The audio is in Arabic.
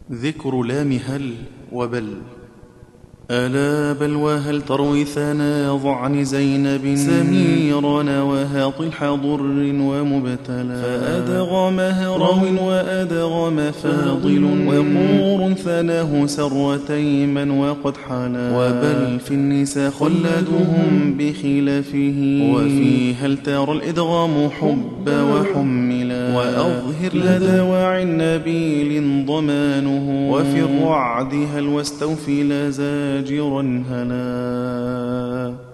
ذكر لام هل وبل. ألا بل وهل تروي ثنا ضعن زينب سميرا وهاطل حضر ومبتلى فأدغمها رو وأدغم فاضل وقور ثناه سر تيما وقد حلا وبل في النساء خلدهم بخلافه وفي هل ترى الإدغام حب وحملا وأظهر لدى واع نبيل ضمانه وفي الرعد هل واستوفي لزاجرا هلا.